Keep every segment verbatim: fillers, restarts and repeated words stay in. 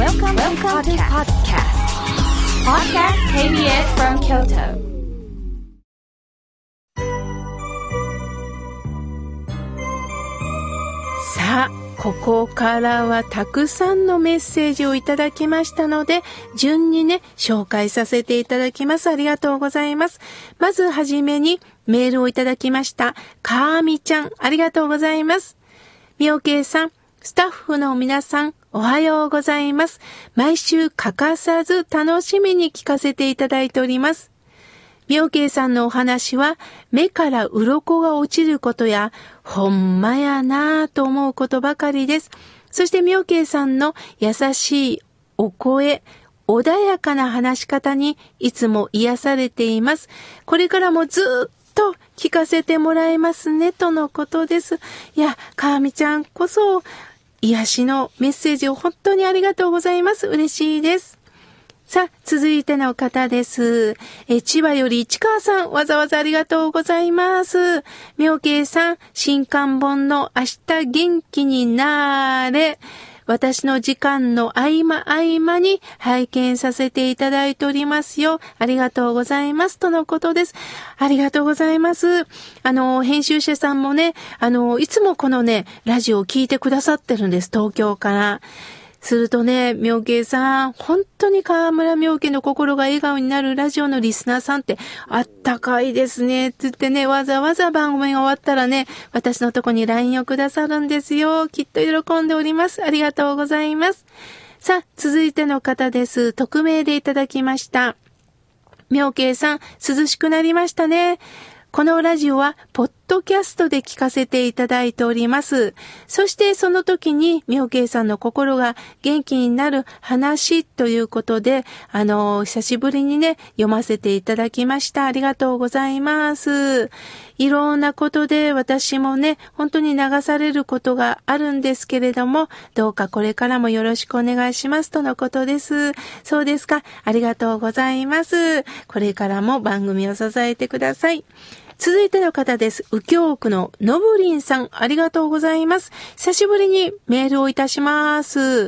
Welcome, Welcome to podcast. Podcast ケービーエス from Kyoto. さあ、ここからはたくさんのメッセージをいただきましたので、順にね、紹介させていただきます。ありがとうございます。まずはじめにメールをいただきました。かーみちゃん、ありがとうございます。みおけいさん、スタッフの皆さん、おはようございます。毎週欠かさず楽しみに聞かせていただいております。みおけいさんのお話は、目から鱗が落ちることや、ほんまやなぁと思うことばかりです。そしてみおけいさんの優しいお声、穏やかな話し方にいつも癒されています。これからもずっと聞かせてもらえますね、とのことです。いや、かーみちゃんこそ、癒しのメッセージを本当にありがとうございます。嬉しいです。さあ、続いての方です。え、千葉より市川さん、わざわざありがとうございます。みょうけいさん、新刊本の明日元気になーれ。私の時間の合間合間に拝見させていただいておりますよ。ありがとうございます。とのことです。ありがとうございます。あの、編集者さんもね、あの、いつもこのね、ラジオを聞いてくださってるんです。東京から。するとね、みょうけいさん、本当に河村みょうけの心が笑顔になるラジオのリスナーさんってあったかいですね。って言ってね、わざわざ番組が終わったらね、私のとこに ライン をくださるんですよ。きっと喜んでおります。ありがとうございます。さあ、続いての方です。匿名でいただきました。みょうけいさん、涼しくなりましたね。このラジオは、ポッドキャストで聞かせていただいております。そしてその時に、みょうけいさんの心が元気になる話ということで、あの、久しぶりにね、読ませていただきました。ありがとうございます。いろんなことで私もね、本当に流されることがあるんですけれども、どうかこれからもよろしくお願いしますとのことです。そうですか。ありがとうございます。これからも番組を支えてください。続いての方です。右京区ののぶりんさん、ありがとうございます。久しぶりにメールをいたします。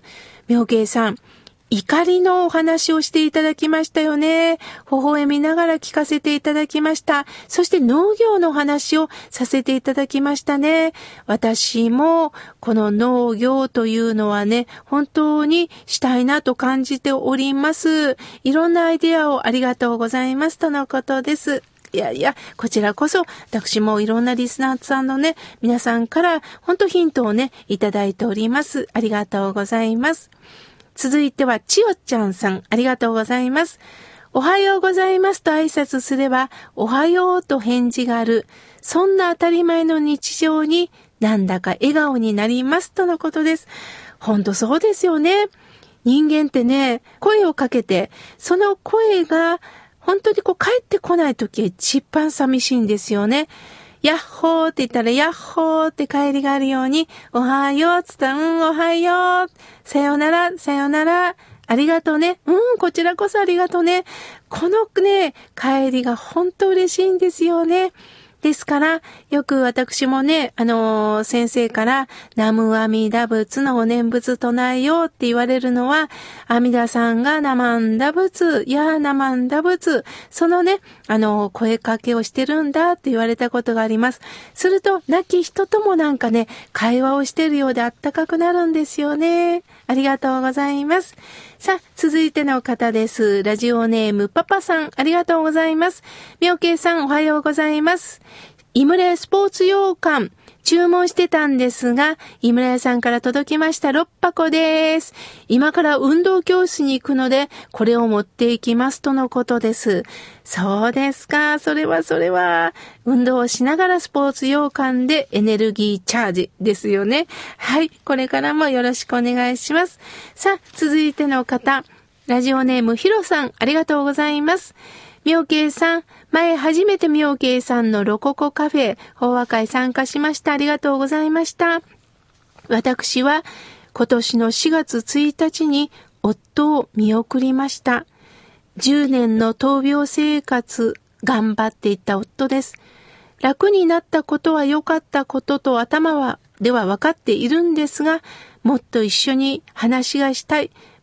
みょうけいさん、怒りのお話をしていただきましたよね。微笑みながら聞かせていただきました。そして農業の話をさせていただきましたね。私もこの農業というのはね、本当にしたいなと感じております。いろんなアイデアをありがとうございますとのことです。いやいや、こちらこそ、私もいろんなリスナーさんのね、皆さんから、ほんとヒントをね、いただいております。ありがとうございます。続いては、ちよちゃんさん、ありがとうございます。おはようございますと挨拶すれば、おはようと返事がある。そんな当たり前の日常に、なんだか笑顔になりますとのことです。ほんとそうですよね。人間ってね、声をかけて、その声が、本当にこう帰ってこないときは一番寂しいんですよね。ヤッホーって言ったらヤッホーって帰りがあるように、おはようって言ったら、うん、おはよう。さよなら、さよなら。ありがとうね。うん、こちらこそありがとうね。このね、帰りが本当嬉しいんですよね。ですから、よく私もね、あのー、先生から、ナムアミダ仏のお念仏唱えようって言われるのは、阿弥陀さんがナマンダ仏、やーナマンダ仏、そのね、あのー、声かけをしてるんだって言われたことがあります。すると、亡き人ともなんかね、会話をしてるようであったかくなるんですよね。ありがとうございます。さあ、続いての方です。ラジオネームパパさん、ありがとうございます。みょうけいさん、おはようございます。井村屋スポーツ羊羹、注文してたんですが、井村屋さんから届きましたろっぱこです。今から運動教室に行くので、これを持っていきますとのことです。そうですか。それはそれは、運動をしながらスポーツ羊羹でエネルギーチャージですよね。はい。これからもよろしくお願いします。さあ、続いての方。ラジオネームひろさん、ありがとうございます。みょうけいさん、前初めてみょうけいさんのロココカフェ、法話会参加しました。ありがとうございました。私は今年のしがつついたちに夫を見送りました。じゅうねんの闘病生活、頑張っていった夫です。楽になったことは良かったことと頭はでは分かっているんですが、もっと一緒に話がしたい。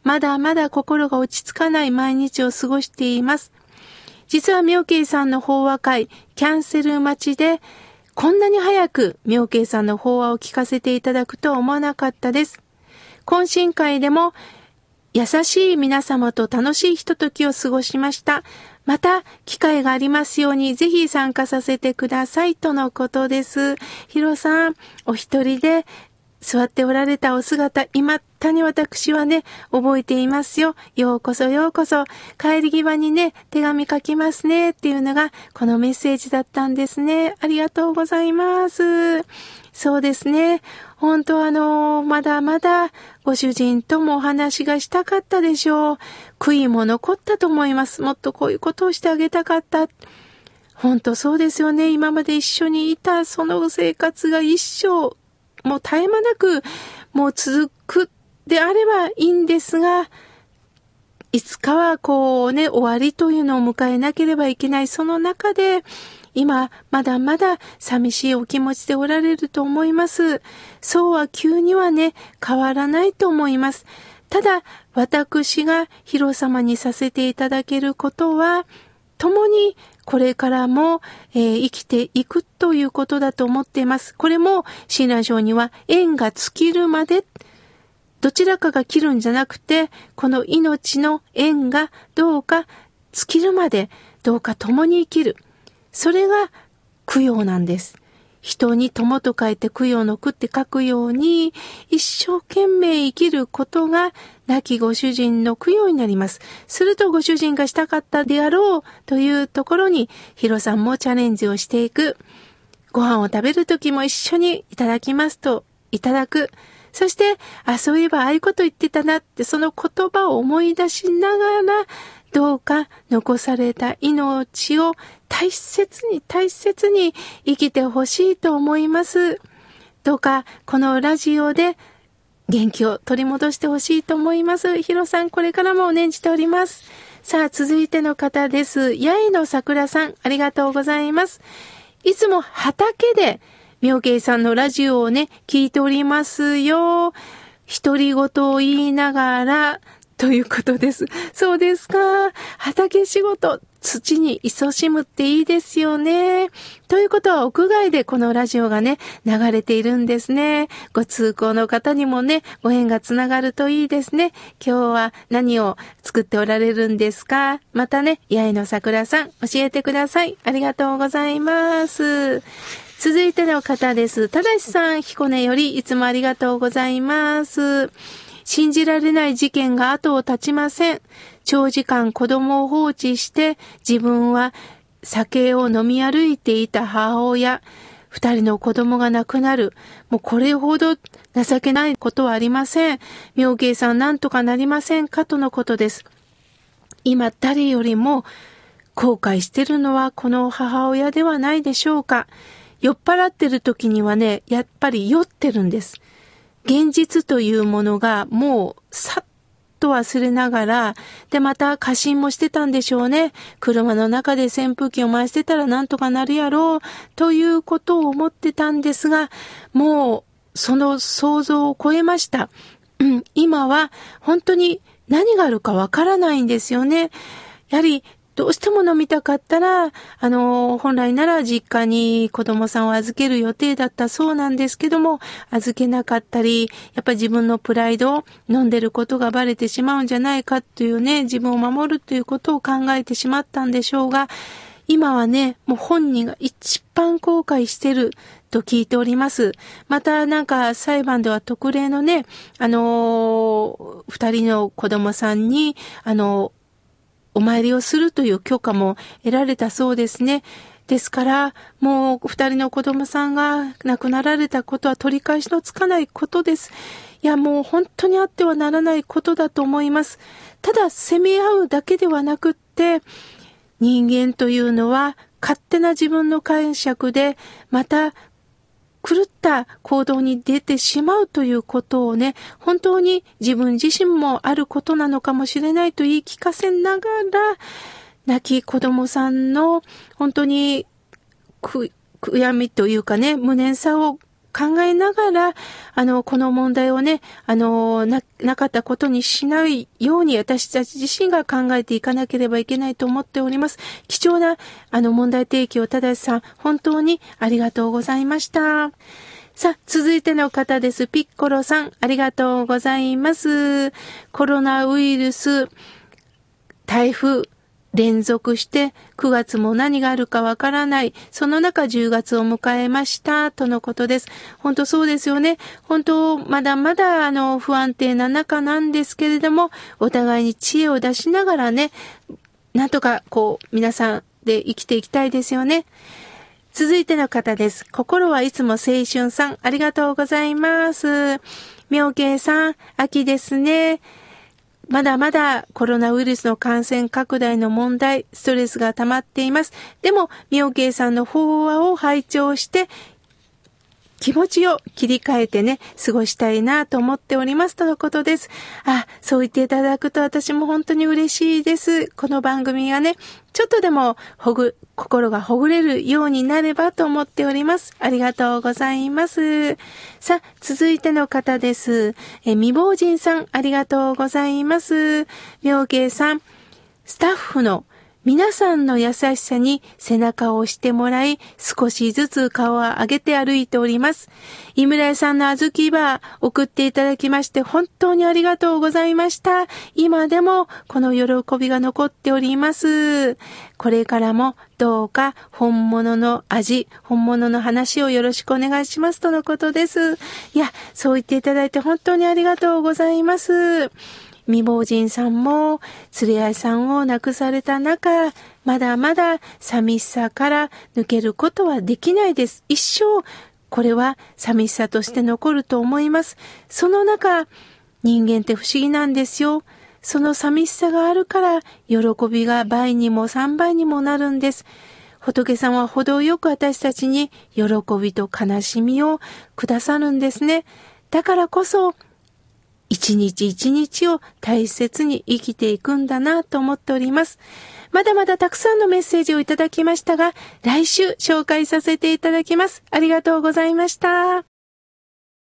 まだまだ心が落ち着かない毎日を過ごしています。実は妙慶さんの法話会、キャンセル待ちで、こんなに早く妙慶さんの法話を聞かせていただくとは思わなかったです。懇親会でも優しい皆様と楽しいひとときを過ごしました。また機会がありますようにぜひ参加させてくださいとのことです。ヒロさん、お一人で座っておられたお姿、今たに私はね、覚えていますよ。ようこそようこそ。帰り際にね、手紙書きますねっていうのがこのメッセージだったんですね。ありがとうございます。そうですね。本当あの、まだまだご主人ともお話がしたかったでしょう。悔いも残ったと思います。もっとこういうことをしてあげたかった。本当そうですよね。今まで一緒にいたその生活が一生、もう絶え間なくもう続くであればいいんですが、いつかはこうね、終わりというのを迎えなければいけない。その中で今まだまだ寂しいお気持ちでおられると思います。そうは急にはね、変わらないと思います。ただ私がヒロ様にさせていただけることは、共にこれからも、えー、生きていくということだと思っています。これも親鸞上には縁が尽きるまで、どちらかが切るんじゃなくて、この命の縁がどうか尽きるまで、どうか共に生きる。それが供養なんです。人に友と書いて供養の句って書くように、一生懸命生きることが亡きご主人の供養になります。するとご主人がしたかったであろうというところに、ヒロさんもチャレンジをしていく。ご飯を食べるときも一緒にいただきますといただく。そして、あ、そういえばああいうこと言ってたなって、その言葉を思い出しながら、どうか残された命を大切に大切に生きてほしいと思います。どうかこのラジオで元気を取り戻してほしいと思います。ヒロさん、これからも念じております。さあ、続いての方です。八重の桜さん、ありがとうございます。いつも畑で妙慶さんのラジオをね、聞いておりますよ。独り言を言いながらということです。そうですか。畑仕事、土に勤しむっていいですよね。ということは屋外でこのラジオがね、流れているんですね。ご通行の方にもね、ご縁がつながるといいですね。今日は何を作っておられるんですか？またね、八重の桜さん、教えてください。ありがとうございます。続いての方です。ただしさん、彦根よりいつもありがとうございます。信じられない事件が後を絶ちません。長時間子供を放置して自分は酒を飲み歩いていた母親、二人の子供が亡くなる。もうこれほど情けないことはありません。妙慶さん、なんとかなりませんかとのことです。今誰よりも後悔してるのはこの母親ではないでしょうか。酔っ払ってる時にはね、やっぱり酔ってるんです。現実というものがもうさっと忘れながら、でまた過信もしてたんでしょうね。車の中で扇風機を回してたらなんとかなるやろうということを思ってたんですが、もうその想像を超えました。うん、今は本当に何があるかわからないんですよね。やはりどうしても飲みたかったら、あの、本来なら実家に子供さんを預ける予定だったそうなんですけども、預けなかったり、やっぱり自分のプライドを飲んでることがバレてしまうんじゃないかというね、自分を守るということを考えてしまったんでしょうが、今はね、もう本人が一番後悔してると聞いております。またなんか裁判では特例のね、あの、二人の子供さんに、あの、お参りをするという許可も得られたそうですね。ですから、もう二人の子供さんが亡くなられたことは取り返しのつかないことです。いや、もう本当にあってはならないことだと思います。ただ、責め合うだけではなくって、人間というのは勝手な自分の解釈で、また、狂った行動に出てしまうということをね、本当に自分自身もあることなのかもしれないと言い聞かせながら、亡き子供さんの本当に悔やみというかね、無念さを考えながら、あの、この問題をね、あの、な、なかったことにしないように私たち自身が考えていかなければいけないと思っております。貴重な、あの、問題提起をただしさん、本当にありがとうございました。さあ、続いての方です。ピッコロさん、ありがとうございます。コロナウイルス、台風、連続してくがつも何があるかわからない。その中じゅうがつを迎えましたとのことです。本当そうですよね。本当まだまだあの不安定な中なんですけれども、お互いに知恵を出しながらね、なんとかこう皆さんで生きていきたいですよね。続いての方です。心はいつも青春さん、ありがとうございます。妙慶さん、秋ですね。まだまだコロナウイルスの感染拡大の問題、ストレスが溜まっています。でも、妙慶さんの法話を拝聴して、気持ちを切り替えてね、過ごしたいなと思っておりますとのことです。あ、そう言っていただくと私も本当に嬉しいです。この番組がね、ちょっとでもほぐ、心がほぐれるようになればと思っております。ありがとうございます。さあ、続いての方です。え、未亡人さん、ありがとうございます。妙慶さん、スタッフの皆さんの優しさに背中を押してもらい、少しずつ顔を上げて歩いております。井村屋さんの小豆バー送っていただきまして本当にありがとうございました。今でもこの喜びが残っております。これからもどうか本物の味、本物の話をよろしくお願いしますとのことです。いや、そう言っていただいて本当にありがとうございます。未亡人さんも連れ合いさんを亡くされた中、まだまだ寂しさから抜けることはできないです。一生これは寂しさとして残ると思います。その中、人間って不思議なんですよ。その寂しさがあるから喜びが倍にも三倍にもなるんです。仏さんは程よく私たちに喜びと悲しみをくださるんですね。だからこそ一日一日を大切に生きていくんだなと思っております。まだまだたくさんのメッセージをいただきましたが、来週紹介させていただきます。ありがとうございました。